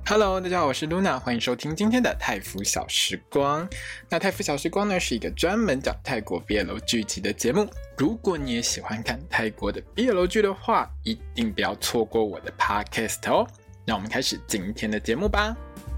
Hello， 大家好，我是 Luna， 欢迎收听今天的泰服小时光。那泰服小时光呢，是一个专门讲泰国 BL 剧集的节目。如果你也喜欢看泰国的 BL 剧的话，一定不要错过我的 Podcast 哦。那我们开始今天的节目吧。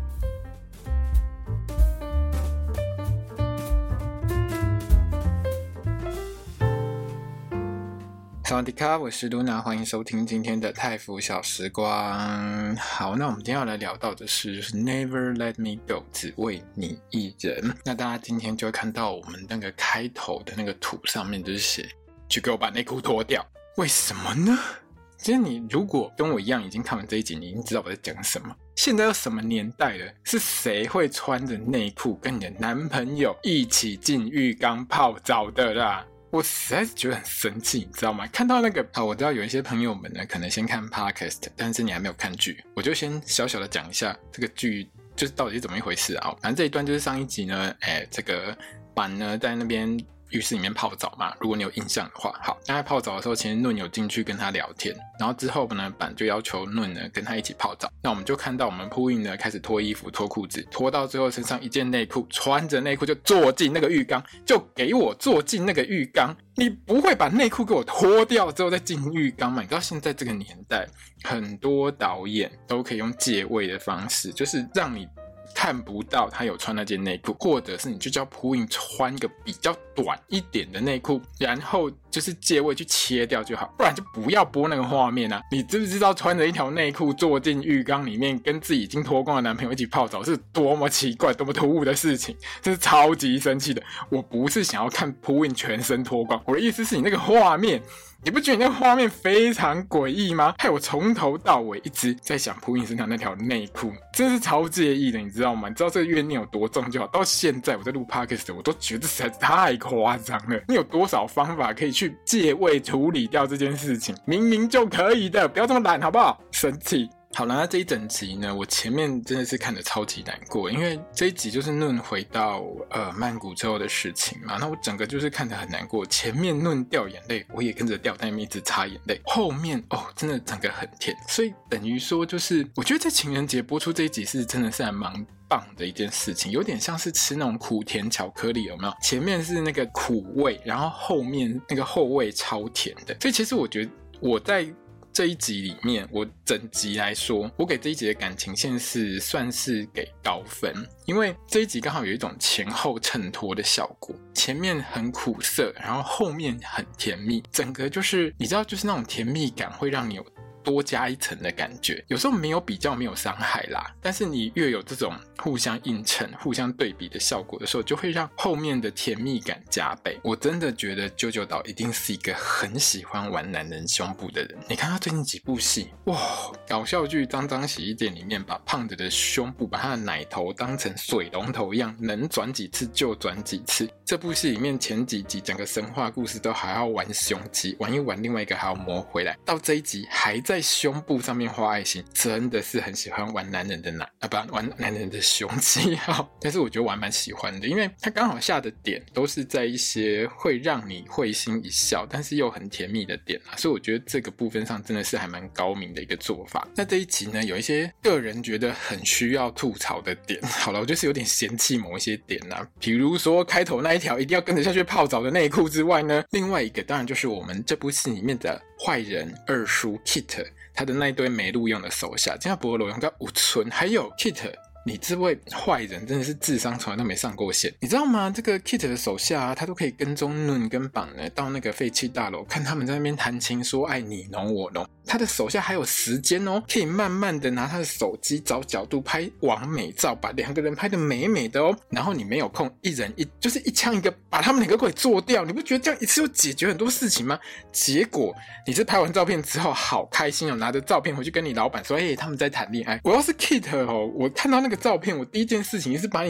萨瓦迪卡，我是 Luna， 欢迎收听今天的泰服小时光。好，那我们今天要来聊到的是就是 Never Let Me Go， 只为你一人。那大家今天就会看到我们那个开头的那个图上面就是写去给我把内裤脱掉。为什么呢？其实你如果跟我一样已经看完这一集，你已经知道我在讲什么。现在又什么年代了？是谁会穿着内裤跟你的男朋友一起进浴缸泡澡的啦？我实在是觉得很生气，你知道吗？看到那个我知道有一些朋友们呢，可能先看 podcast， 但是你还没有看剧，我就先小小的讲一下这个剧就是到底是怎么一回事啊。反正这一段就是上一集呢，这个板呢在那边浴室里面泡澡嘛，如果你有印象的话。好，那在泡澡的时候，其实Nun有进去跟他聊天，然后之后呢，板就要求Nun呢跟他一起泡澡。那我们就看到我们扑印呢开始脱衣服、脱裤子，脱到最后身上一件内裤，穿着内裤就坐进那个浴缸，就给我坐进那个浴缸。你不会把内裤给我脱掉之后再进浴缸吗？你知道现在这个年代，很多导演都可以用借位的方式，就是让你看不到他有穿那件内裤，或者是你就叫扑印穿一个比较短一点的内裤，然后就是借位去切掉就好，不然就不要播那个画面啊！你知不知道穿着一条内裤坐进浴缸里面跟自己已经脱光的男朋友一起泡澡是多么奇怪多么突兀的事情，这是超级生气的。我不是想要看扑印全身脱光，我的意思是你那个画面，你不觉得那个画面非常诡异吗？害我从头到尾一直在想扑印身上那条内裤，真是超介意的，你知道吗？你知道这个怨念有多重就好。到现在我在录 podcast， 我都觉得实在太夸张了。你有多少方法可以去借位处理掉这件事情？明明就可以的，不要这么懒好不好？生气。好了，那这一整集呢，我前面真的是看得超级难过，因为这一集就是Nun回到曼谷之后的事情嘛，那我整个就是看得很难过。前面Nun掉眼泪，我也跟着掉，但一直擦眼泪。后面真的整个很甜，所以等于说就是我觉得在情人节播出这一集是真的是还蛮棒的一件事情，有点像是吃那种苦甜巧克力，有没有？前面是那个苦味，然后后面那个后味超甜的，所以其实我觉得我在这一集里面，我整集来说，我给这一集的感情线算是给高分，因为这一集刚好有一种前后衬托的效果，前面很苦涩，然后后面很甜蜜，整个就是你知道，就是那种甜蜜感会让你有多加一层的感觉。有时候没有比较没有伤害啦，但是你越有这种互相映衬互相对比的效果的时候，就会让后面的甜蜜感加倍。我真的觉得啾啾岛一定是一个很喜欢玩男人胸部的人。你看他最近几部戏，哇，搞笑剧脏脏洗衣店里面把胖子的胸部把他的奶头当成水龙头一样，能转几次就转几次。这部戏里面前几集整个神话故事都还要玩胸肌，玩一玩另外一个还要磨回来，到这一集还在胸部上面画爱心，真的是很喜欢玩男人的玩男人的胸肌。但是我觉得我还蛮喜欢的，因为他刚好下的点都是在一些会让你会心一笑但是又很甜蜜的点啊，所以我觉得这个部分上真的是还蛮高明的一个做法。那这一集呢，有一些个人觉得很需要吐槽的点，好了，我就是有点嫌弃某一些点啊，比如说开头那一条一定要跟着下去泡澡的内裤之外呢，另外一个当然就是我们这部戏里面的坏人二叔 Kit， 他的那一堆没录用的手下，这样博罗用到五村，还有 Kit，你这位坏人真的是智商从来都没上过线，你知道吗？这个 Kit 的手下啊，他都可以跟踪Nun跟绑呢到那个废弃大楼，看他们在那边谈情说爱，你侬我侬。他的手下还有时间哦，可以慢慢的拿他的手机找角度拍完美照，把两个人拍得美美的哦。然后你没有空，一人就是一枪一个把他们两个给做掉，你不觉得这样一次就解决很多事情吗？结果你是拍完照片之后好开心哦，拿着照片回去跟你老板说，他们在谈恋爱。我要是 Kit 哦，我看到那个照片，我第一件事情是把你这个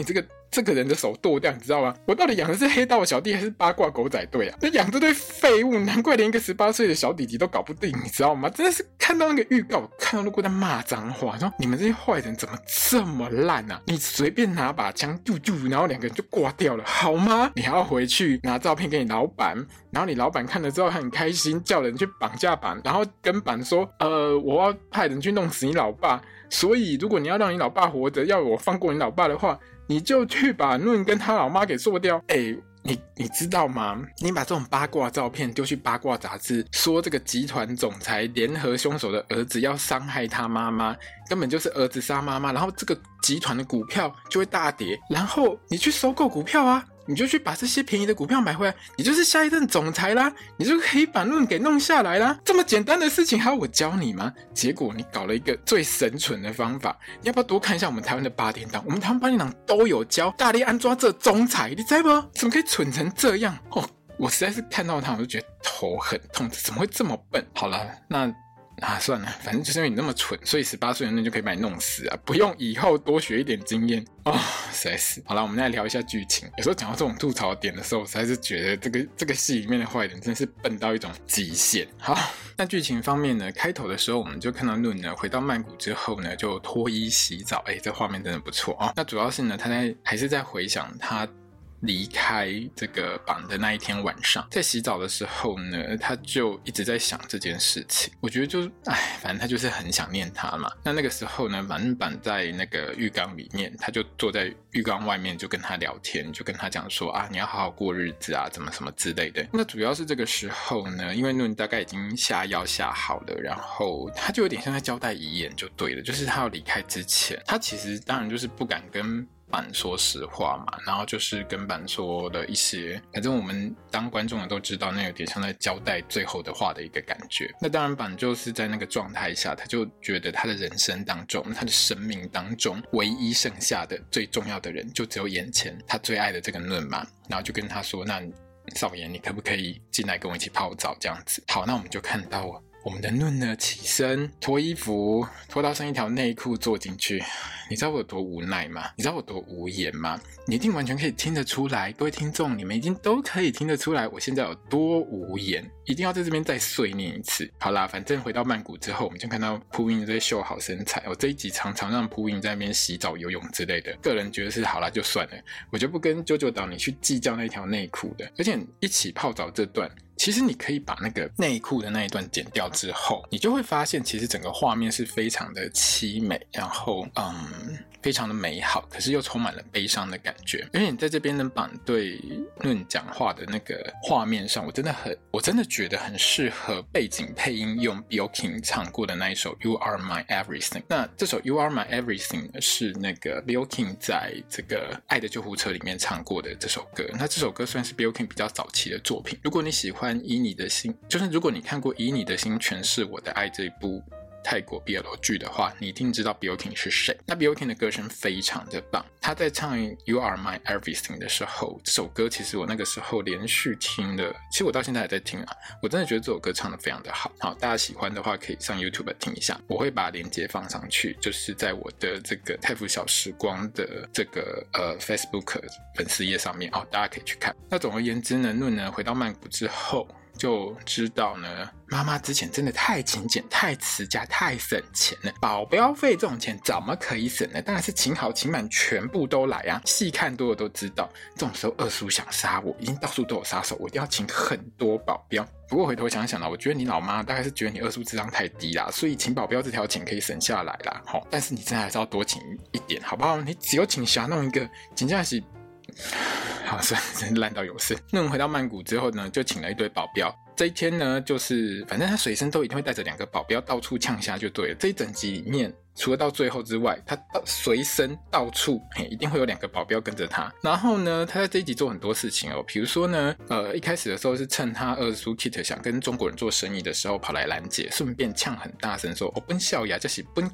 这个人的手剁掉，你知道吗？我到底养的是黑道小弟还是八卦狗仔队啊？那养这堆废物，难怪连一个18岁的小弟弟都搞不定，你知道吗？真的是看到那个预告，看到如果在骂脏话，说你们这些坏人怎么这么烂啊？你随便拿把枪啾啾，然后2个人就挂掉了，好吗？你还要回去拿照片给你老板，然后你老板看了之后很开心，叫人去绑架板，然后跟板说，我要派人去弄死你老爸，所以如果你要让你老爸活着，要我放过你老爸的话，你就去把论跟他老妈给做掉。你知道吗？你把这种八卦照片丢去八卦杂志，说这个集团总裁联合凶手的儿子要伤害他妈妈，根本就是儿子杀妈妈，然后这个集团的股票就会大跌，然后你去收购股票啊，你就去把这些便宜的股票买回来，你就是下一任总裁啦，你就可以把论给弄下来啦。这么简单的事情还要我教你吗？结果你搞了一个最神蠢的方法。你要不要多看一下我们台湾的八点档？我们台湾八点档都有教大力安抓这总裁，你知道不？怎么可以蠢成这样？我实在是看到他我就觉得头很痛，怎么会这么笨？好了，那算了，反正就是因为你那么蠢，所以18岁的人就可以把你弄死啊！不用以后多学一点经验实在是。好了，我们来聊一下剧情。有时候讲到这种吐槽点的时候，我实在是觉得这个戏里面的坏人真是笨到一种极限。好，那剧情方面呢，开头的时候我们就看到论呢回到曼谷之后呢，就脱衣洗澡，这画面真的不错哦。那主要是呢，他还是在回想他离开这个榜的那一天晚上，在洗澡的时候呢，他就一直在想这件事情。我觉得就反正他就是很想念他嘛。那个时候呢，反正板在那个浴缸里面，他就坐在浴缸外面就跟他聊天，就跟他讲说你要好好过日子啊，怎么什么之类的。那主要是这个时候呢，因为论大概已经下药下好了，然后他就有点像在交代遗言就对了，就是他要离开之前，他其实当然就是不敢跟板说实话嘛，然后就是跟板说了一些，反正我们当观众的都知道，那有点像在交代最后的话的一个感觉。那当然板就是在那个状态下，他就觉得他的人生当中，他的生命当中唯一剩下的最重要的人就只有眼前他最爱的这个论嘛，然后就跟他说，那少爷你可不可以进来跟我一起泡澡这样子。好，那我们就看到我们的论呢起身脱衣服，脱到剩一条内裤坐进去。你知道我有多无奈吗？你知道我多无言吗？你一定完全可以听得出来，各位听众你们一定都可以听得出来我现在有多无言，一定要在这边再碎念一次。好啦，反正回到曼谷之后，我们就看到朴英在秀好身材。我这一集常常让朴英在那边洗澡游泳之类的，个人觉得是好啦就算了，我就不跟啾啾岛你去计较那条内裤的。而且一起泡澡这段，其实你可以把那个内裤的那一段剪掉之后，你就会发现其实整个画面是非常的凄美，然后非常的美好，可是又充满了悲伤的感觉。而且你在这边的板对论讲话的那个画面上，我真的觉得很适合背景配音用 Billkin 唱过的那一首 You Are My Everything。 那这首 You Are My Everything 是那个 Billkin 在这个爱的救护车里面唱过的这首歌。那这首歌算是 Billkin 比较早期的作品。如果你喜欢以你的心，就是如果你看过以你的心诠释我的爱这一部泰国 BL 剧的话，你一定知道 Billkin 是谁。那 Billkin 的歌声非常的棒，他在唱 You Are My Everything 的时候，这首歌其实我那个时候连续听了，其实我到现在还在听啊，我真的觉得这首歌唱得非常的好。好，大家喜欢的话可以上 YouTube 听一下，我会把链接放上去，就是在我的这个泰服小时光的这个Facebook 粉丝页上面大家可以去看。那总而言之呢，论呢回到曼谷之后就知道呢，妈妈之前真的太勤俭、太持家、太省钱了。保镖费这种钱怎么可以省呢？当然是请好请满全部都来啊！细看多的都知道，这种时候二叔想杀我，已经到处都有杀手，我一定要请很多保镖。不过回头想想啦，我觉得你老妈大概是觉得你二叔智商太低啦，所以请保镖这条钱可以省下来啦。但是你真的还是要多请一点，好不好？你只有请霞弄一个，请假是。好，算了，真烂到有事。那我们回到曼谷之后呢，就请了一堆保镖。这一天呢，就是反正他随身都一定会带着2个保镖到处呛虾就对了。这一整集里面，除了到最后之外，他随身到处一定会有2个保镖跟着他。然后呢，他在这一集做很多事情比如说呢，一开始的时候是趁他二叔 Kit 想跟中国人做生意的时候跑来拦截，顺便呛很大声说：“我本少爷这是本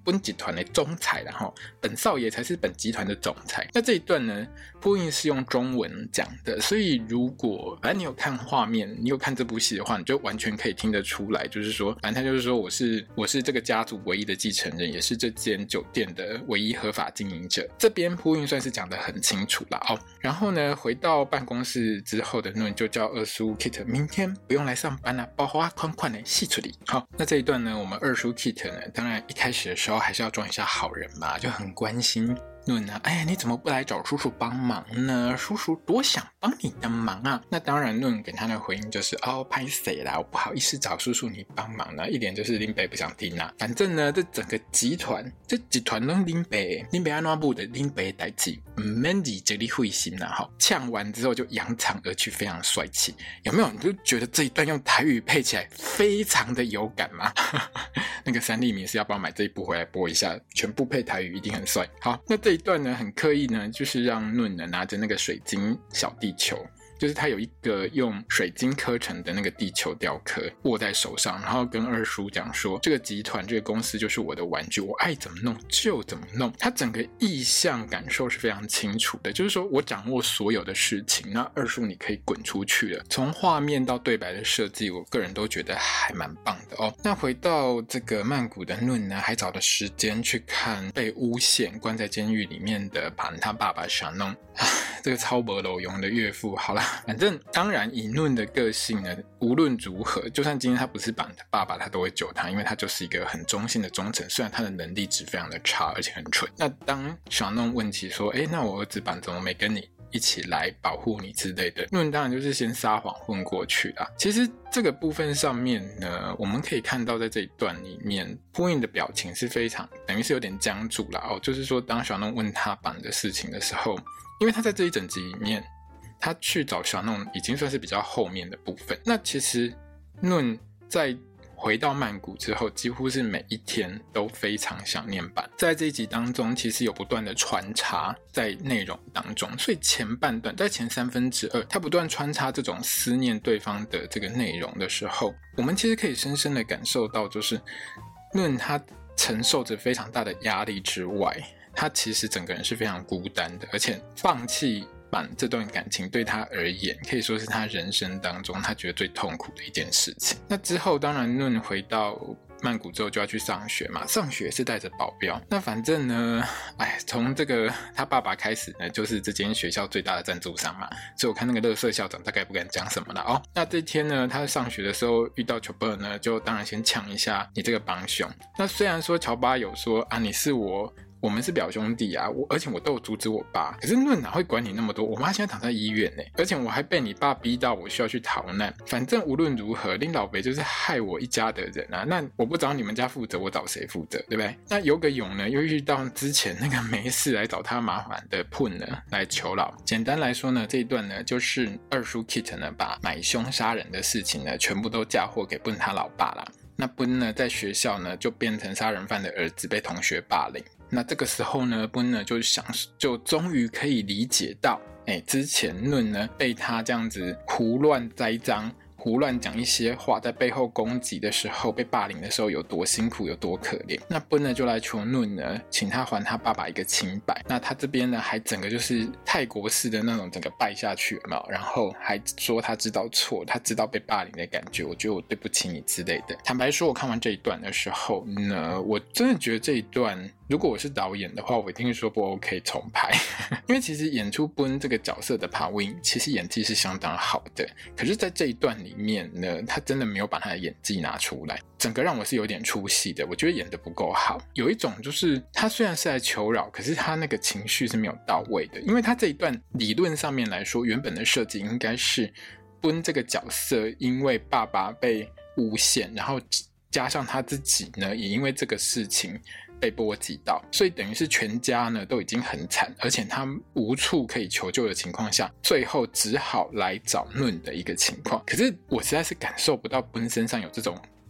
本集团的总裁啦齁，本少爷才是本集团的总裁。那这一段呢，播音是用中文讲的，所以如果反正你有看画面，你有看这部戏的话，你就完全可以听得出来，就是说，反正他就是说我是这个家族唯一的继承人，也是这间酒店的唯一合法经营者。这边播音算是讲得很清楚啦哦。然后呢，回到办公室之后的Noon就叫二叔 Kit 明天不用来上班啦，包花款款的戏处理。好，那这一段呢，我们二叔 Kit 呢，当然一开始的时候还是要装一下好人嘛，就很关心Noon啊，哎呀，你怎么不来找叔叔帮忙呢？叔叔多想帮你的忙啊！那当然Noon给他的回应就是哦，拍谁啦？我不好意思找叔叔你帮忙呢，一点就是林北不想听啊。反正呢，这整个集团，这集团都林北安怎部的林北代志，唔免你这里灰心啦哈。呛完之后就扬长而去，非常帅气，有没有？你就觉得这一段用台语配起来非常的有感吗？那个三立明是要不要买这一部回来播一下？全部配台语一定很帅。好，那这一段呢，很刻意呢，就是让Noon呢拿着那个水晶小地球，就是他有一个用水晶刻成的那个地球雕刻握在手上，然后跟二叔讲说，这个集团这个公司就是我的玩具，我爱怎么弄就怎么弄。他整个意象感受是非常清楚的，就是说我掌握所有的事情，那二叔你可以滚出去了。从画面到对白的设计，我个人都觉得还蛮棒的哦。那回到这个曼谷的Noon呢，还找了时间去看被诬陷关在监狱里面的他爸爸想弄这个超没路用的岳父。好啦，反正当然以Noon的个性呢，无论如何，就算今天他不是绑他爸爸，他都会救他，因为他就是一个很忠心的忠臣，虽然他的能力值非常的差，而且很蠢。那当小弄问起说，那我儿子绑怎么没跟你一起来保护你之类的，Noon当然就是先撒谎混过去啦。其实这个部分上面呢，我们可以看到在这一段里面Poon的表情是非常等于是有点僵住啦哦，就是说当小弄问他绑的事情的时候，因为他在这一整集里面他去找小弄已经算是比较后面的部分。那其实Noon在回到曼谷之后，几乎是每一天都非常想念版。在这一集当中，其实有不断的穿插在内容当中，所以前半段在前2/3，他不断穿插这种思念对方的这个内容的时候，我们其实可以深深的感受到，就是Noon他承受着非常大的压力之外，他其实整个人是非常孤单的，而且放弃版这段感情对他而言可以说是他人生当中他觉得最痛苦的一件事情。那之后当然Noon回到曼谷之后就要去上学嘛，上学是带着保镖。那反正呢，从这个他爸爸开始呢，就是这间学校最大的赞助商嘛，所以我看那个垃圾校长大概不敢讲什么了哦。那这天呢，他上学的时候遇到乔巴呢，就当然先呛一下你这个帮凶。那虽然说乔巴有说啊，你是我们是表兄弟啊，而且我都有阻止我爸，可是Noon哪会管你那么多？我妈现在躺在医院呢，而且我还被你爸逼到我需要去逃难。反正无论如何，林老北就是害我一家的人啊，那我不找你们家负责，我找谁负责，对不对？那游个泳呢，又遇到之前那个没事来找他麻烦的Poon呢来求饶。简单来说呢，这一段呢就是二叔 Kit 呢把买凶杀人的事情呢全部都嫁祸给Poon他老爸啦。那Poon呢在学校呢就变成杀人犯的儿子，被同学霸凌。那这个时候呢Poon呢就终于可以理解到之前Noon呢被他这样子胡乱栽赃，胡乱讲一些话，在背后攻击的时候，被霸凌的时候有多辛苦有多可怜。那Poon呢就来求Noon呢请他还他爸爸一个清白。那他这边呢还整个就是泰国式的那种整个拜下去有没有，然后还说他知道错，他知道被霸凌的感觉，我觉得我对不起你之类的。坦白说我看完这一段的时候呢，我真的觉得这一段如果我是导演的话，我一定会说不 OK 重拍因为其实演出Poon这个角色的Pawin其实演技是相当好的，可是在这一段里面呢，他真的没有把他的演技拿出来，整个让我是有点出戏的，我觉得演得不够好。有一种就是他虽然是来求饶，可是他那个情绪是没有到位的。因为他这一段理论上面来说，原本的设计应该是Poon这个角色因为爸爸被诬陷，然后加上他自己呢也因为这个事情被波及到，所以等于是全家呢都已经很惨，而且他无处可以求救的情况下，最后只好来找Noon的一个情况。可是我实在是感受不到Poon身上有这种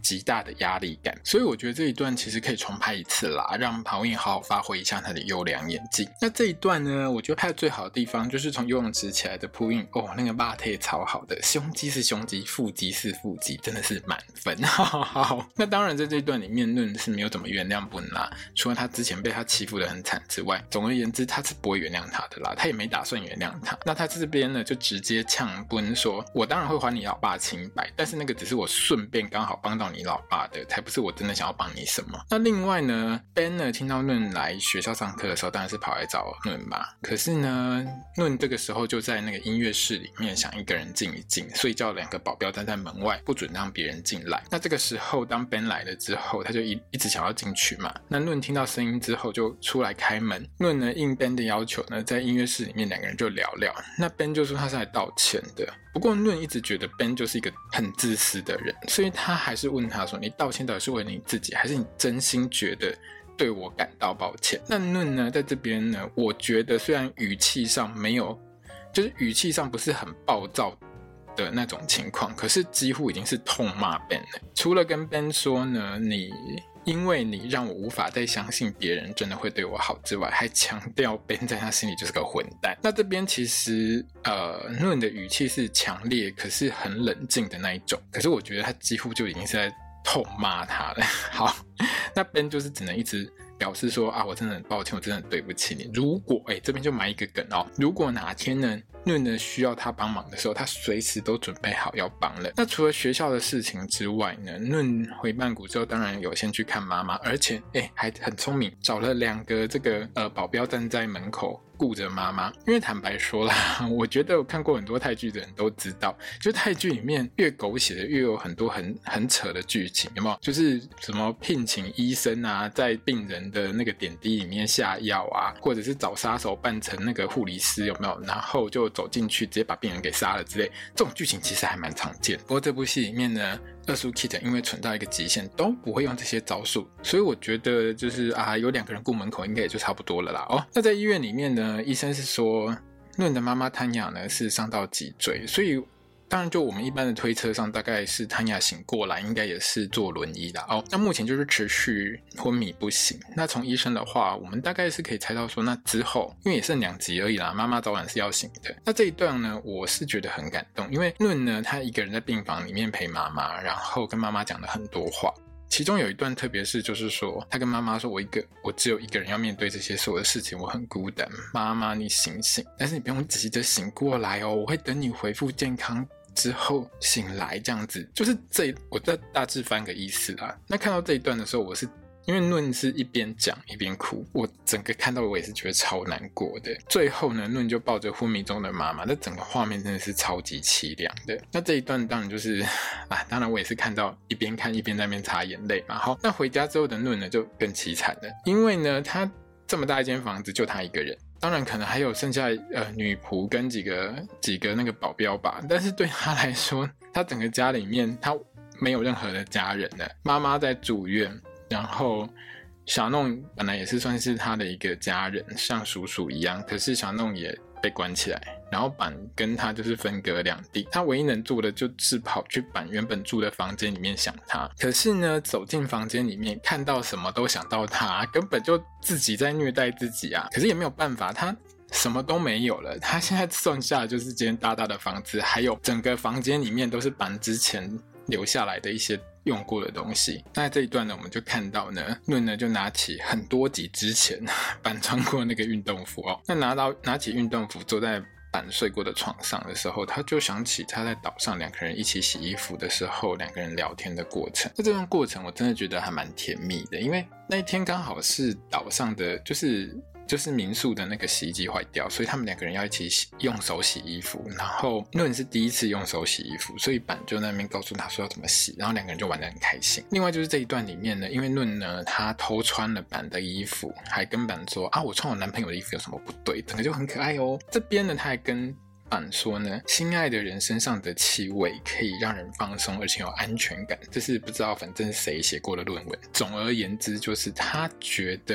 极大的压力感。所以我觉得这一段其实可以重拍一次啦，让朴映好好发挥一下她的优良演技。那这一段呢，我觉得拍的最好的地方就是从游泳池起来的朴映，那个肉体超好的，胸肌是胸肌，腹肌是腹肌，真的是满分。好，那当然在这一段里面论是没有怎么原谅本啦，除了他之前被他欺负得很惨之外，总而言之他是不会原谅他的啦，他也没打算原谅他。那他这边呢就直接呛本说，我当然会还你老爸清白，但是那个只是我顺便刚好帮到你老爸的，才不是我真的想要帮你什么。那另外呢 Ben 呢听到论来学校上课的时候当然是跑来找论嘛，可是呢论这个时候就在那个音乐室里面想一个人静一静，所以叫2个保镖站在门外不准让别人进来。那这个时候当 Ben 来了之后，他就一直想要进去嘛，那论听到声音之后就出来开门。论呢应 Ben 的要求呢，在音乐室里面2个人就聊聊，那 Ben 就说他是来道歉的。不过论一直觉得 Ben 就是一个很自私的人，所以他还是问他说，你道歉到底是为了你自己，还是你真心觉得对我感到抱歉？那论呢在这边呢，我觉得虽然语气上没有，就是语气上不是很暴躁的那种情况，可是几乎已经是痛骂 Ben 了。除了跟 Ben 说呢，因为你让我无法再相信别人真的会对我好之外，还强调 Ben 在他心里就是个混蛋。那这边其实论的语气是强烈可是很冷静的那一种，可是我觉得他几乎就已经是在痛骂他了。好，那 Ben 就是只能一直表示说我真的很抱歉，我真的很对不起你。如果这边就埋一个梗如果哪天呢论呢需要他帮忙的时候，他随时都准备好要帮了。那除了学校的事情之外呢，论回曼谷之后当然有先去看妈妈，而且还很聪明，找了2个这个保镖站在门口顾着妈妈。因为坦白说啦，我觉得我看过很多泰剧的人都知道，就泰剧里面越狗血的越有很多很扯的剧情，有没有？就是什么聘请医生啊，在病人的那个点滴里面下药啊，或者是找杀手扮成那个护理师，有没有？然后就走进去直接把病人给杀了之类，这种剧情其实还蛮常见。不过这部戏里面呢，二叔 Kit 因为蠢到一个极限都不会用这些招数，所以我觉得就是有2个人顾门口应该也就差不多了啦。那在医院里面呢，医生是说论的妈妈谭雅呢是伤到脊椎，所以当然就我们一般的推测上，大概是谭雅醒过来应该也是坐轮椅的那目前就是持续昏迷不醒。那从医生的话我们大概是可以猜到说，那之后因为也剩2集而已啦，妈妈早晚是要醒的。那这一段呢我是觉得很感动，因为论呢他一个人在病房里面陪妈妈，然后跟妈妈讲了很多话。其中有一段特别是就是说他跟妈妈说，我只有一个人要面对这些所有的事情，我很孤单，妈妈你醒醒，但是你不用急着醒过来我会等你恢复健康之后醒来，这样子。就是我再大致翻个意思啦。那看到这一段的时候，我是因为论是一边讲一边哭，我整个看到我也是觉得超难过的。最后呢，论就抱着昏迷中的妈妈，那整个画面真的是超级凄凉的。那这一段当然就是当然我也是看到一边看一边在那边擦眼泪嘛。好，那回家之后的论呢就更凄惨了，因为呢他这么大一间房子就他一个人，当然可能还有剩下女仆跟几个那个保镖吧，但是对他来说，他整个家里面他没有任何的家人了。妈妈在住院，然后小弄本来也是算是他的一个家人，像叔叔一样，可是小弄也被关起来，然后板跟他就是分隔两地。他唯一能做的就是跑去板原本住的房间里面想他，可是呢走进房间里面看到什么都想到他，根本就自己在虐待自己可是也没有办法，他什么都没有了，他现在剩下的就是这间大大的房子，还有整个房间里面都是板之前留下来的一些用过的东西。那这一段呢，我们就看到呢，论呢就拿起很多集之前板穿过那个运动服那拿起运动服坐在板睡过的床上的时候，他就想起他在岛上2个人一起洗衣服的时候，2个人聊天的过程。那这段过程我真的觉得还蛮甜蜜的，因为那一天刚好是岛上的就是民宿的那个洗衣机坏掉，所以他们2个人要一起用手洗衣服。然后论是第一次用手洗衣服，所以板就在那边告诉他说要怎么洗，然后2个人就玩得很开心。另外就是这一段里面呢，因为论呢他偷穿了板的衣服，还跟板说我穿我男朋友的衣服有什么不对，整个就很可爱这边呢他还跟板说呢，心爱的人身上的气味可以让人放松而且有安全感。这是不知道反正谁写过的论文。总而言之就是他觉得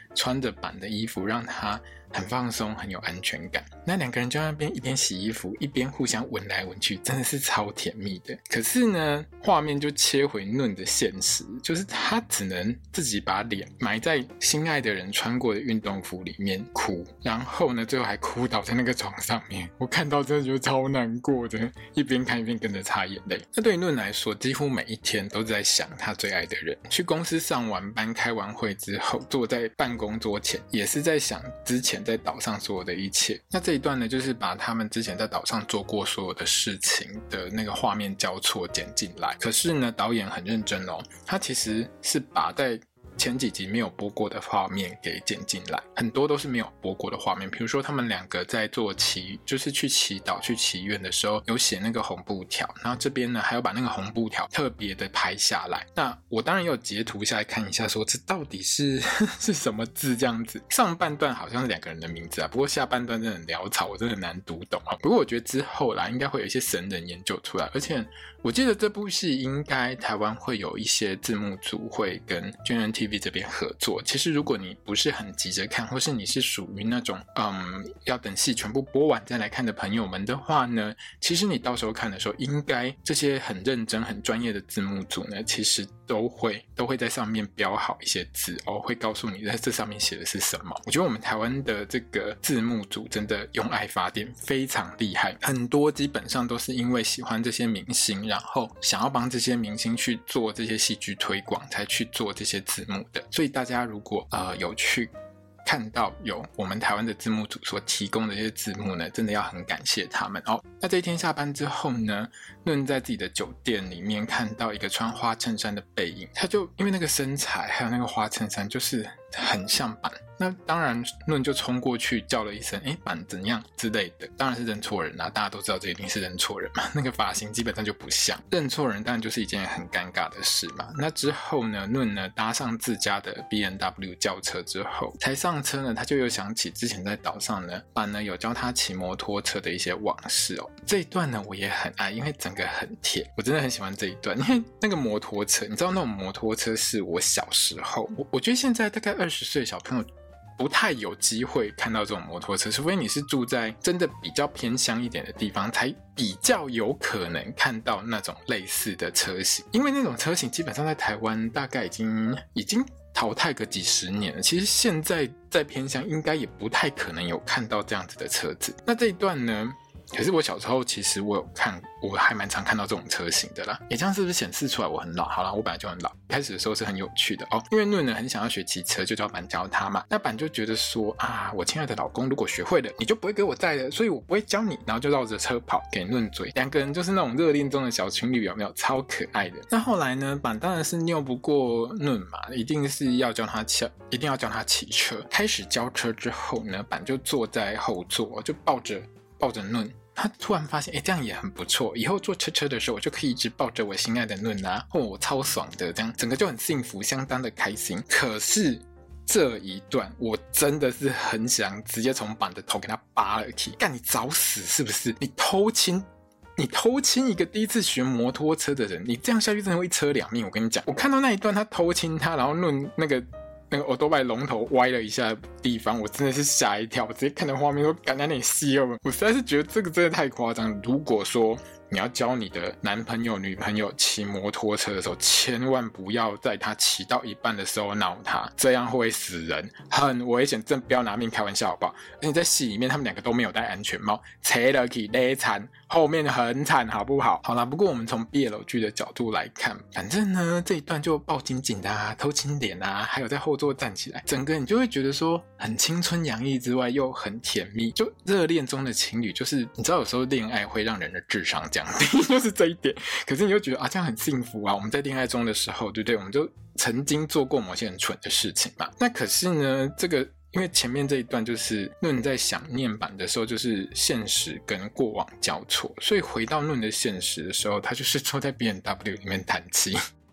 穿着板的衣服，让他很放松，很有安全感。那两个人就在那边一边洗衣服，一边互相闻来闻去，真的是超甜蜜的。可是呢，画面就切回Nun的现实，就是他只能自己把脸埋在心爱的人穿过的运动服里面哭，然后呢，最后还哭倒在那个床上面。我看到真的觉得超难过的，一边看一边跟着擦眼泪。那对于Nun来说，几乎每一天都在想他最爱的人。去公司上完班、开完会之后，坐在办公桌前，也是在想之前在岛上所有的一切。那这一段呢，就是把他们之前在岛上做过所有的事情的那个画面交错剪进来。可是呢，导演很认真哦，他其实是把在前几集没有播过的画面给剪进来，很多都是没有播过的画面。比如说他们两个在做就是去祈祷、去祈愿的时候，有写那个红布条，然后这边呢还有把那个红布条特别的拍下来。那我当然也有截图下来看一下说这到底是什么字这样子。上半段好像是两个人的名字啊，不过下半段真的很潦草，我真的很难读懂。不过我觉得之后啦，应该会有一些神人研究出来，而且我记得这部戏应该台湾会有一些字幕组会跟 GMMTV 这边合作。其实如果你不是很急着看，或是你是属于那种要等戏全部播完再来看的朋友们的话呢，其实你到时候看的时候，应该这些很认真很专业的字幕组呢，其实都会在上面标好一些字哦，会告诉你在这上面写的是什么。我觉得我们台湾的这个字幕组真的用爱发电，非常厉害。很多基本上都是因为喜欢这些明星，然后想要帮这些明星去做这些戏剧推广，才去做这些字幕的。所以大家如果有去看到有我们台湾的字幕组所提供的这些字幕呢，真的要很感谢他们哦。那这一天下班之后呢，Nun在自己的酒店里面看到一个穿花衬衫的背影，他就因为那个身材还有那个花衬衫就是很像板，那当然Nun就冲过去叫了一声板怎样之类的，当然是认错人啦，大家都知道这一定是认错人嘛，那个发型基本上就不像，认错人当然就是一件很尴尬的事嘛。那之后呢，Nun呢搭上自家的 BMW 轿车之后，才上车呢，他就又想起之前在岛上呢，板呢有教他骑摩托车的一些往事哦。这一段呢我也很爱，因为整个很甜，我真的很喜欢这一段。因为那个摩托车，你知道那种摩托车是我小时候，我觉得现在大概20岁的小朋友不太有机会看到这种摩托车，除非你是住在真的比较偏乡一点的地方，才比较有可能看到那种类似的车型。因为那种车型基本上在台湾大概已经淘汰个几十年了，其实现在在偏乡应该也不太可能有看到这样子的车子。那这一段呢，可是我小时候其实我有看，我还蛮常看到这种车型的啦。这样是不是显示出来我很老？好啦，我本来就很老。开始的时候是很有趣的哦，因为Nun呢很想要学骑车，就叫板教他嘛。那板就觉得说啊，我亲爱的老公如果学会了，你就不会给我载了，所以我不会教你。然后就绕着车跑给Nun追，两个人就是那种热恋中的小情侣，有没有？超可爱的。那后来呢，板当然是拗不过Nun嘛，一定要教他骑车。开始教车之后呢，板就坐在后座，就抱着Nun。他突然发现这样也很不错，以后坐车的时候我就可以一直抱着我心爱的Nun啊，我超爽的，这样整个就很幸福，相当的开心。可是这一段我真的是很想直接从板的头给他扒了去，干你找死是不是？你偷亲一个第一次学摩托车的人，你这样下去真的会一车两命。我跟你讲，我看到那一段他偷亲他，然后Nun那个欧多拜龙头歪了一下的地方，我真的是吓一跳，我直接看到画面说干那点戏哦，我实在是觉得这个真的太夸张。如果说你要教你的男朋友女朋友骑摩托车的时候，千万不要在他骑到一半的时候闹他，这样会死人，很危险，真不要拿命开玩笑好不好？而且在戏里面他们两个都没有戴安全帽，切了去勒惨，后面很惨好不好？好啦，不过我们从 BL 剧的角度来看，反正呢这一段就抱紧紧的啊，偷亲脸啊，还有在后座站起来，整个你就会觉得说很青春洋溢之外又很甜蜜，就热恋中的情侣，就是你知道有时候恋爱会让人的智商降低，就是这一点。可是你就觉得这样很幸福啊，我们在恋爱中的时候，对不对？我们就曾经做过某些很蠢的事情嘛。那可是呢这个因为前面这一段就是Nun在想念版的时候，就是现实跟过往交错，所以回到Nun的现实的时候，他就是坐在 BMW 里面叹气。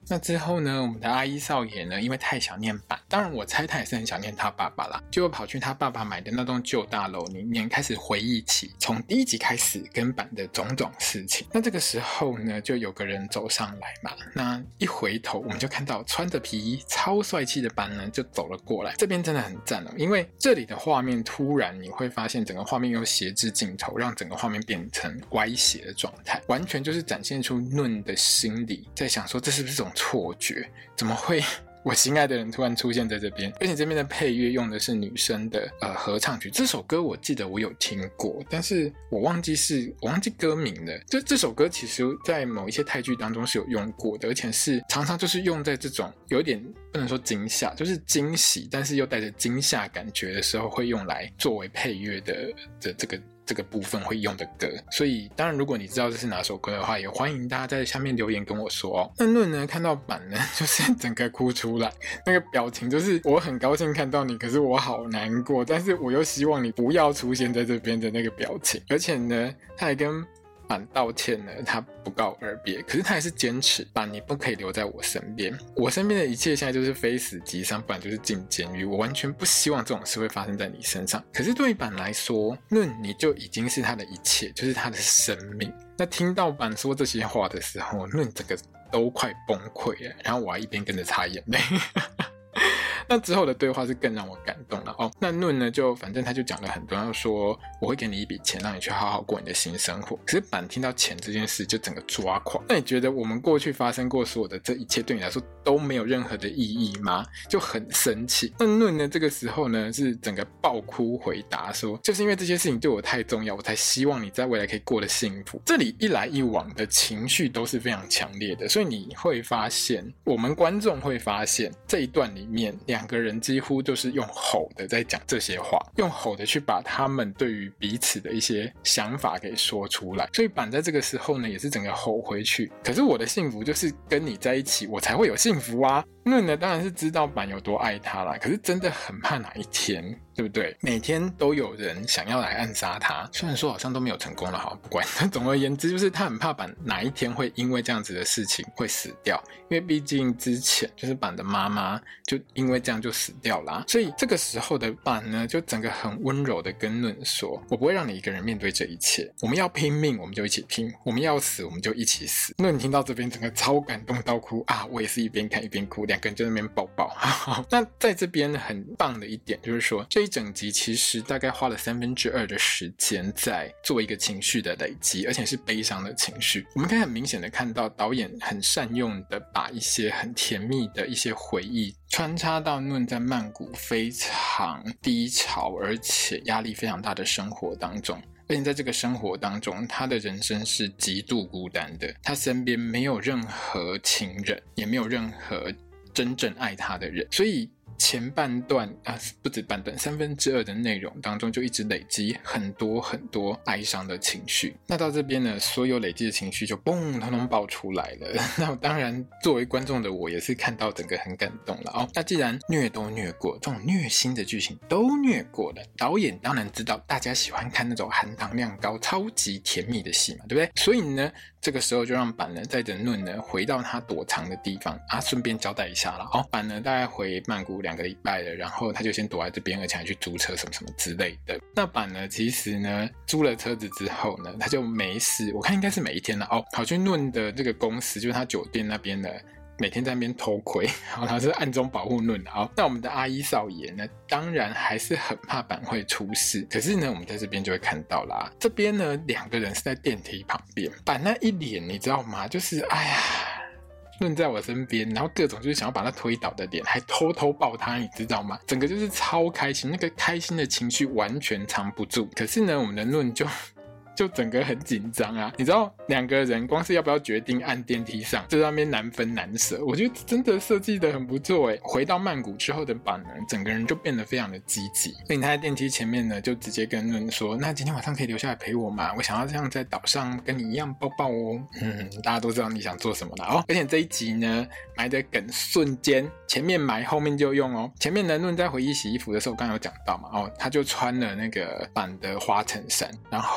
那之后呢，我们的阿一少爷呢，因为太想念板，当然我猜他也是很想念他爸爸啦，就跑去他爸爸买的那栋旧大楼里面开始回忆起从第一集开始跟板的种种事情。那这个时候呢，就有个人走上来嘛，那一回头我们就看到穿着皮衣超帅气的板呢就走了过来。这边真的很赞哦，因为这里的画面突然你会发现整个画面用斜置镜头让整个画面变成歪斜的状态，完全就是展现出嫩的心里在想说这是不是这种错觉，怎么会我心爱的人突然出现在这边。而且这边的配乐用的是女生的合唱曲，这首歌我记得我有听过，但是我忘记歌名了。这首歌其实在某一些泰剧当中是有用过的，而且是常常就是用在这种有点不能说惊吓，就是惊喜但是又带着惊吓感觉的时候会用来作为配乐的这个部分会用的歌。所以当然如果你知道这是哪首歌的话，也欢迎大家在下面留言跟我说哦。那论呢看到板呢就是整个哭出来，那个表情就是我很高兴看到你，可是我好难过，但是我又希望你不要出现在这边的那个表情。而且呢他还跟板道歉呢，他不告而别，可是他还是坚持板你不可以留在我身边，我身边的一切现在就是非死即伤，不然就是进监狱，我完全不希望这种事会发生在你身上。可是对于板来说，论你就已经是他的一切，就是他的生命。那听到板说这些话的时候，论整个都快崩溃了，然后我还一边跟着擦眼泪那之后的对话是更让我感动了哦。那论呢就反正他就讲了很多，他就说我会给你一笔钱让你去好好过你的新生活。可是板听到钱这件事就整个抓狂。那你觉得我们过去发生过所有的这一切对你来说都没有任何的意义吗？就很生气。那论呢这个时候呢是整个爆哭回答说，就是因为这些事情对我太重要，我才希望你在未来可以过得幸福。这里一来一往的情绪都是非常强烈的，所以你会发现，我们观众会发现这一段里面两个人几乎就是用吼的在讲这些话，用吼的去把他们对于彼此的一些想法给说出来。所以板在这个时候呢也是整个吼回去，可是我的幸福就是跟你在一起我才会有幸福啊。论呢当然是知道板有多爱他啦，可是真的很怕哪一天，对不对？每天都有人想要来暗杀他，虽然说好像都没有成功了，好不管。总而言之就是他很怕板哪一天会因为这样子的事情会死掉，因为毕竟之前就是板的妈妈就因为这样就死掉啦。所以这个时候的板呢就整个很温柔的跟论说，我不会让你一个人面对这一切，我们要拼命我们就一起拼，我们要死我们就一起死。论听到这边整个超感动到哭啊，我也是一边看一边哭，两个人就在那边抱抱那在这边很棒的一点就是说，这一整集其实大概花了2/3的时间在做一个情绪的累积，而且是悲伤的情绪。我们可以很明显的看到导演很善用的把一些很甜蜜的一些回忆穿插到论在曼谷非常低潮而且压力非常大的生活当中。而且在这个生活当中，他的人生是极度孤单的，他身边没有任何情人，也没有任何真正爱他的人。所以前半段不止半段，2/3的内容当中就一直累积很多很多哀伤的情绪。那到这边呢，所有累积的情绪就嘣通通爆出来了。那当然作为观众的我也是看到整个很感动了哦。那既然虐都虐过，这种虐心的剧情都虐过了，导演当然知道大家喜欢看那种含糖量高超级甜蜜的戏嘛，对不对？所以呢这个时候就让板呢带着论呢回到他躲藏的地方顺便交代一下啦板呢大概回曼谷2个礼拜了，然后他就先躲在这边，而且还去租车什么什么之类的。那板呢其实呢租了车子之后呢，他就没事，我看应该是每一天啦跑去论的这个公司，就是他酒店那边的，每天在那边偷窥，然后他是暗中保护论的那我们的阿一少爷呢当然还是很怕板会出事。可是呢我们在这边就会看到啦，这边呢2个人是在电梯旁边，板那一脸你知道吗，就是哎呀论在我身边，然后各种就是想要把他推倒的脸，还偷偷抱他，你知道吗？整个就是超开心，那个开心的情绪完全藏不住。可是呢我们的论就整个很紧张啊，你知道2个人光是要不要决定按电梯上，就在那边难分难舍。我觉得真的设计得很不错耶。回到曼谷之后的板呢，整个人就变得非常的积极。所以他在电梯前面呢，就直接跟论说，那今天晚上可以留下来陪我吗？我想要这样在岛上跟你一样抱抱哦。大家都知道你想做什么了而且这一集呢埋的梗瞬间前面埋后面就用前面呢论在回忆洗衣服的时候，我刚刚有讲到嘛他就穿了那个板的花衬衫，然后呢还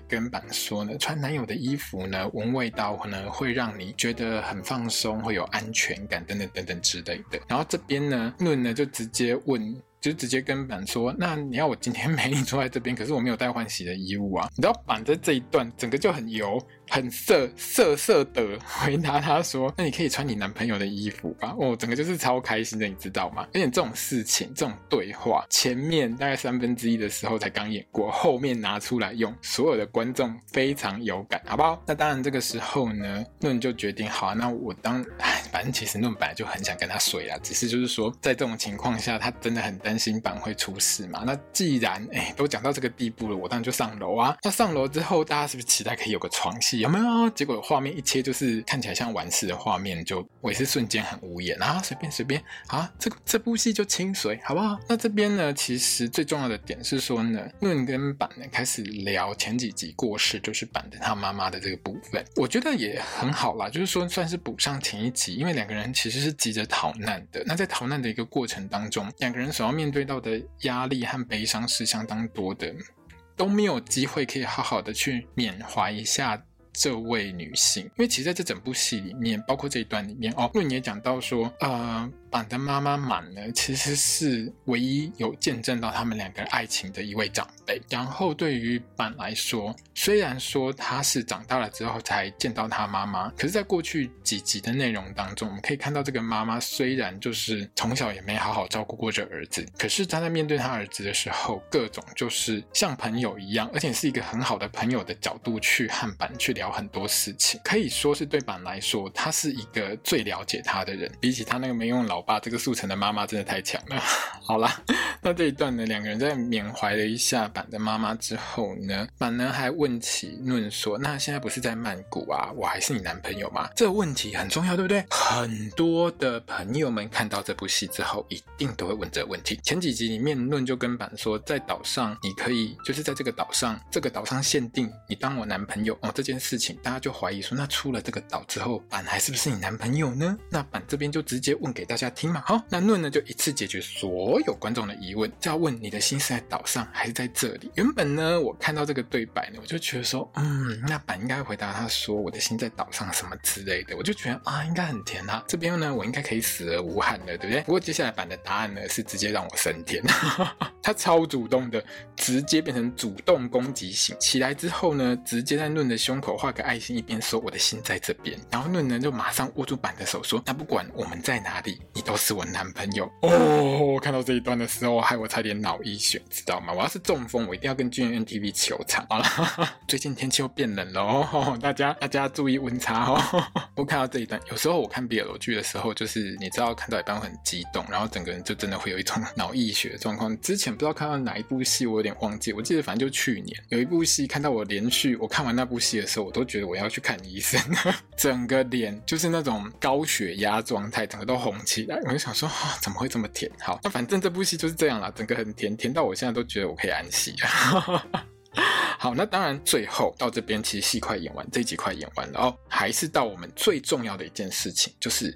跟板说呢，穿男友的衣服呢，闻味道呢会让你觉得很放松，会有安全感等等等等之类的。然后这边呢，论呢就直接问。就直接跟板说，那你要我今天陪你坐在这边，可是我没有带换洗的衣物啊。你知道板在这一段整个就很油很色的回答他说，那你可以穿你男朋友的衣服吧。整个就是超开心的，你知道吗？而且这种事情这种对话前面大概1/3的时候才刚演过，后面拿出来用，所有的观众非常有感，好不好？那当然这个时候呢，论就决定好啊，那我反正其实论本来就很想跟他睡啦，只是就是说在这种情况下他真的很担心板会出事嘛。那既然都讲到这个地步了，我当然就上楼啊。那上楼之后大家是不是期待可以有个床戏，有没有？结果画面一切就是看起来像完事的画面，就我也是瞬间很无言啊，随便啊，这部戏就清水好不好？那这边呢其实最重要的点是说呢，论跟板呢开始聊前几集过世，就是板的他妈妈的这个部分，我觉得也很好啦，就是说算是补上前一集，因为两个人其实是急着逃难的。那在逃难的一个过程当中，两个人所要面对到的压力和悲伤是相当多的，都没有机会可以好好的去缅怀一下这位女性。因为其实在这整部戏里面，包括这一段里面论也讲到说板的妈妈满呢其实是唯一有见证到他们两个人爱情的一位长辈。然后对于板来说，虽然说他是长大了之后才见到他妈妈，可是在过去几集的内容当中，我们可以看到这个妈妈虽然就是从小也没好好照顾过这儿子，可是他在面对他儿子的时候，各种就是像朋友一样，而且是一个很好的朋友的角度去和板去聊很多事情，可以说是对板来说他是一个最了解他的人，比起他那个没用老爸，这个速成的妈妈真的太强了。好啦，那这一段呢，两个人在缅怀了一下板的妈妈之后呢，板呢还问起论说，那现在不是在曼谷啊，我还是你男朋友吗？这个问题很重要，对不对？很多的朋友们看到这部戏之后一定都会问这个问题。前几集里面论就跟板说，在岛上你可以就是在这个岛上限定你当我男朋友这件事情，大家就怀疑说，那出了这个岛之后，板还是不是你男朋友呢？那板这边就直接问给大家听嘛。好，那论呢就一次解决所有观众的疑问，就要问你的心是在岛上还是在这里。原本呢我看到这个对白呢，我就觉得说那板应该回答他说我的心在岛上什么之类的，我就觉得应该很甜啊，这边呢我应该可以死而无憾了，对不对？不过接下来板的答案呢是直接让我升天他超主动的，直接变成主动攻击型，起来之后呢直接在论的胸口画个爱心，一边说我的心在这边，然后论呢就马上握住板的手说，那不管我们在哪里，你都是我男朋友。看到这一段的时候害我差点脑溢血，知道吗？我要是中风我一定要跟俊 NTV 求偿。好了，最近天气又变冷了大家注意温差我看到这一段，有时候我看 BL 剧的时候，就是你知道看到一半会很激动，然后整个人就真的会有一种脑溢血的状况。之前不知道看到哪一部戏，我有点忘记，我记得反正就去年有一部戏，看到我看完那部戏的时候，我都觉得我要去看医生整个脸就是那种高血压状态，整个都红起来，我就想说怎么会这么甜。好，那反正这部戏就是这样啦，整个很甜，甜到我现在都觉得我可以安息好，那当然最后到这边其实戏快演完，这一集快演完了还是到我们最重要的一件事情，就是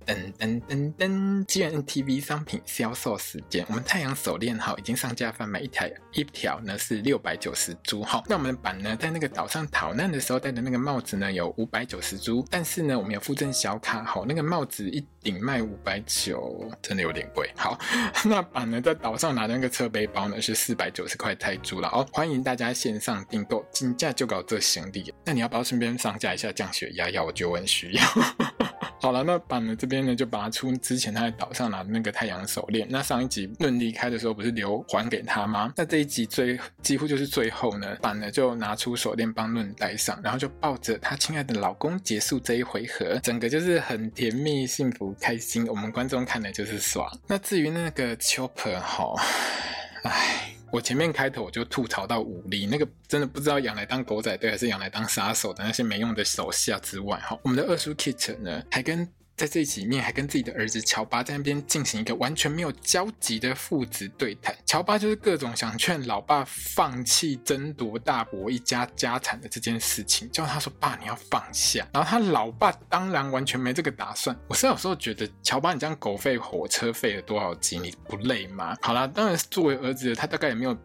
GMMTV 商品销售时间。我们太阳手链已经上架贩卖，一条呢是690铢。那我们的板呢在那个岛上逃难的时候戴的那个帽子呢有590铢，但是呢我们有附赠小卡那个帽子一顶卖590，真的有点贵。好，那板呢在岛上拿的那个侧背包呢是490块泰铢了欢迎大家线上订购，进价就搞这行李。那你要不要顺便上架一下降血压药？我觉得我很需要好了，那板呢这边呢就拔出之前他在岛上拿的那个太阳手链，那上一集论离开的时候不是留还给他吗？那这一集几乎就是最后呢，板呢就拿出手链帮论戴上，然后就抱着他亲爱的老公结束这一回合，整个就是很甜蜜幸福开心，我们观众看的就是爽。那至于那个 Chopper 我前面开头我就吐槽到无力，那个真的不知道养来当狗仔队还是养来当杀手的那些没用的手下之外我们的二叔 Kit 呢在这一集里面还跟自己的儿子乔巴在那边进行一个完全没有交集的父子对谈。乔巴就是各种想劝老爸放弃争夺大伯一家家产的这件事情，叫他说爸你要放下，然后他老爸当然完全没这个打算。我是有时候觉得乔巴你这样狗费火车费了多少集，你不累吗？好啦，当然作为儿子他大概也没有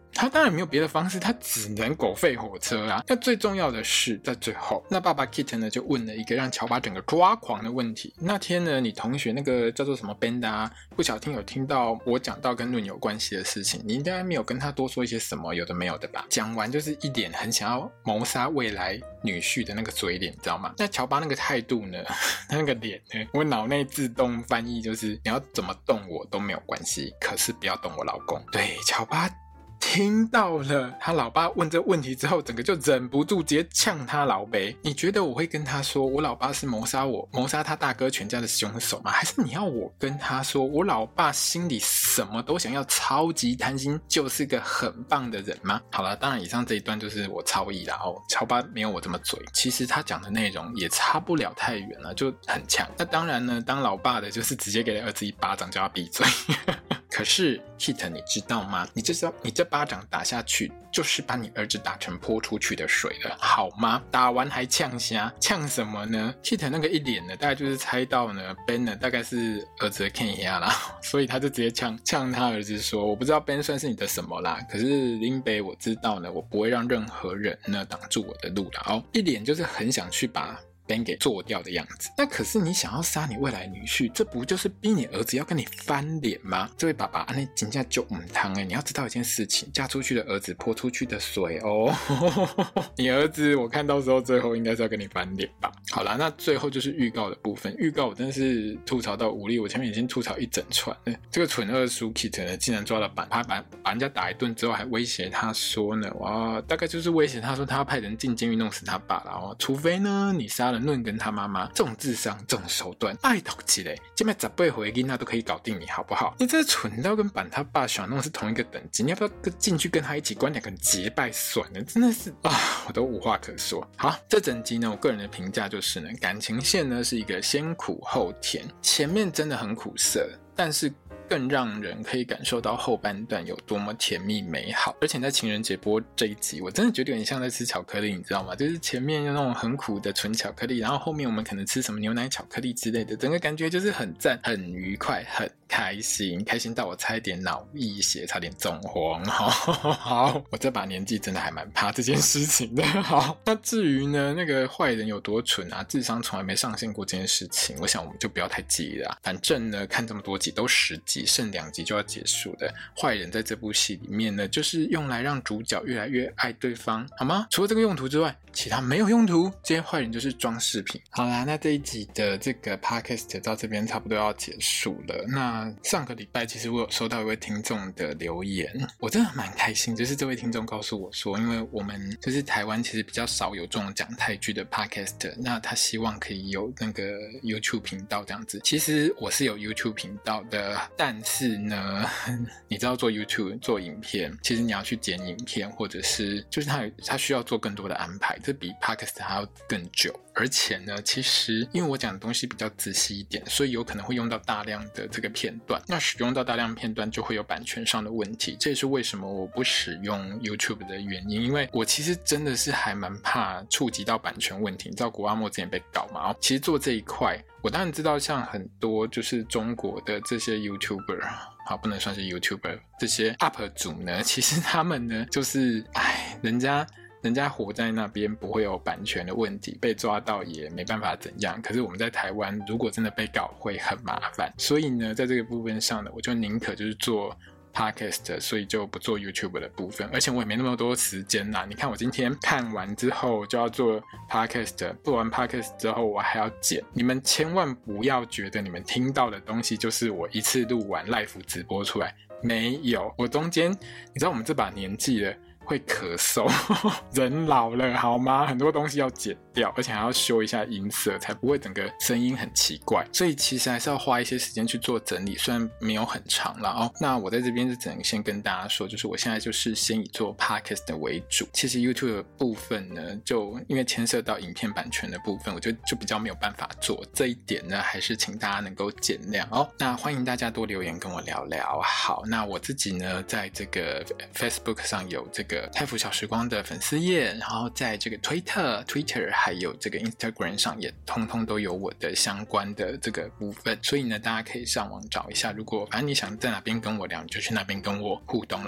他当然没有别的方式，他只能狗吠火车啊。那最重要的是在最后，那爸爸 Kit 呢就问了一个让乔巴整个抓狂的问题。那天呢，你同学那个叫做什么 Band 啊，不小心有听到我讲到跟论有关系的事情，你应该没有跟他多说一些什么有的没有的吧？讲完就是一脸很想要谋杀未来女婿的那个嘴脸，你知道吗？那乔巴那个态度呢，他那个脸呢，我脑内自动翻译就是你要怎么动我都没有关系，可是不要动我老公。对，乔巴听到了他老爸问这问题之后，整个就忍不住直接呛他老爸。你觉得我会跟他说我老爸是谋杀他大哥全家的凶手吗？还是你要我跟他说我老爸心里什么都想要，超级贪心，就是个很棒的人吗？好了，当然以上这一段就是我超译啦乔巴没有我这么嘴，其实他讲的内容也差不了太远了，就很强。那当然呢，当老爸的就是直接给了儿子一巴掌叫他闭嘴。可是 Kit 你知道吗？你这巴掌打下去就是把你儿子打成泼出去的水了，好吗？打完还呛虾，呛什么呢？ Kit 那个一脸呢，大概就是猜到呢 Ben 呢大概是儿子的 Ken 呀啦，所以他就直接呛他儿子说，我不知道 Ben 算是你的什么啦，可是林北我知道呢，我不会让任何人呢挡住我的路啦。一脸就是很想去把Ben 给做掉的样子。那可是你想要杀你未来女婿，这不就是逼你儿子要跟你翻脸吗？这位爸爸那真的就唔汤你要知道一件事情，嫁出去的儿子泼出去的水哦。你儿子我看到时候最后应该是要跟你翻脸吧。好啦，那最后就是预告的部分。预告我真的是吐槽到无力，我前面已经吐槽一整串了。这个蠢二叔 Kit 呢竟然抓了他把人家打一顿之后还威胁他说呢，哇，大概就是威胁他说他要派人进监狱弄死他爸啦，除非呢你杀了论跟他妈妈，这种智商这种手段爱到起来这边18回囡仔都可以搞定你好不好？你这蠢到跟板他爸想弄是同一个等级，你要不要进去跟他一起关两个结拜算了？真的是我都无话可说。好，这整集呢我个人的评价就是呢，感情线呢是一个先苦后甜，前面真的很苦涩，但是更让人可以感受到后半段有多么甜蜜美好。而且在情人节播这一集，我真的觉得有点像在吃巧克力，你知道吗？就是前面有那种很苦的纯巧克力，然后后面我们可能吃什么牛奶巧克力之类的，整个感觉就是很赞、很愉快、很开心到我差一点脑溢血，差点中风。好，我这把年纪真的还蛮怕这件事情的。好，那至于呢那个坏人有多蠢啊，智商从来没上线过这件事情，我想我们就不要太介意了。反正呢看这么多集都10集，剩2集就要结束的。坏人在这部戏里面呢，就是用来让主角越来越爱对方，好吗？除了这个用途之外，其他没有用途，这些坏人就是装饰品。好啦，那这一集的这个 podcast 到这边差不多要结束了。那上个礼拜其实我有收到一位听众的留言，我真的蛮开心，就是这位听众告诉我说，因为我们就是台湾其实比较少有这种讲泰剧的 podcast， 那他希望可以有那个 YouTube 频道这样子。其实我是有 YouTube 频道的，但是呢你知道做 YouTube 做影片，其实你要去剪影片，或者是就是他需要做更多的安排，这比 podcast 还要更久。而且呢其实因为我讲的东西比较仔细一点，所以有可能会用到大量的这个片段，那使用到大量片段就会有版权上的问题，这也是为什么我不使用 YouTube 的原因。因为我其实真的是还蛮怕触及到版权问题，你知道古阿莫之前被搞嘛，其实做这一块我当然知道像很多就是中国的这些 YouTuber， 好，不能算是 YouTuber， 这些 UP 主呢，其实他们呢就是人家活在那边不会有版权的问题，被抓到也没办法怎样，可是我们在台湾如果真的被搞会很麻烦，所以呢在这个部分上呢，我就宁可就是做 podcast， 所以就不做 YouTube 的部分，而且我也没那么多时间啦。你看我今天看完之后就要做 podcast， 做完 podcast 之后我还要剪，你们千万不要觉得你们听到的东西就是我一次录完 live 直播出来，没有，我中间你知道我们这把年纪了会咳嗽人老了好吗？很多东西要剪掉，而且还要修一下音色，才不会整个声音很奇怪，所以其实还是要花一些时间去做整理，虽然没有很长啦哦。那我在这边就只能先跟大家说，就是我现在就是先以做 podcast 为主，其实 YouTube 的部分呢，就因为牵涉到影片版权的部分，我就比较没有办法做，这一点呢还是请大家能够见谅哦。那欢迎大家多留言跟我聊聊。好，那我自己呢在这个 Facebook 上有这个泰福小时光的粉丝页，然后在这个 Twitter 还有这个 Instagram 上也通通都有我的相关的这个部分，所以呢大家可以上网找一下，如果反正你想在哪边跟我聊，你就去那边跟我互动了哦。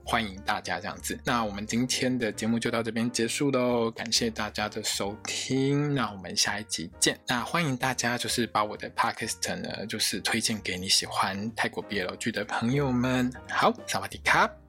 欢迎大家这样子。那我们今天的节目就到这边结束咯，感谢大家的收听，那我们下一集见。那欢迎大家就是把我的 podcast 呢就是推荐给你喜欢泰国 BL 剧的朋友们。好，萨瓦迪卡。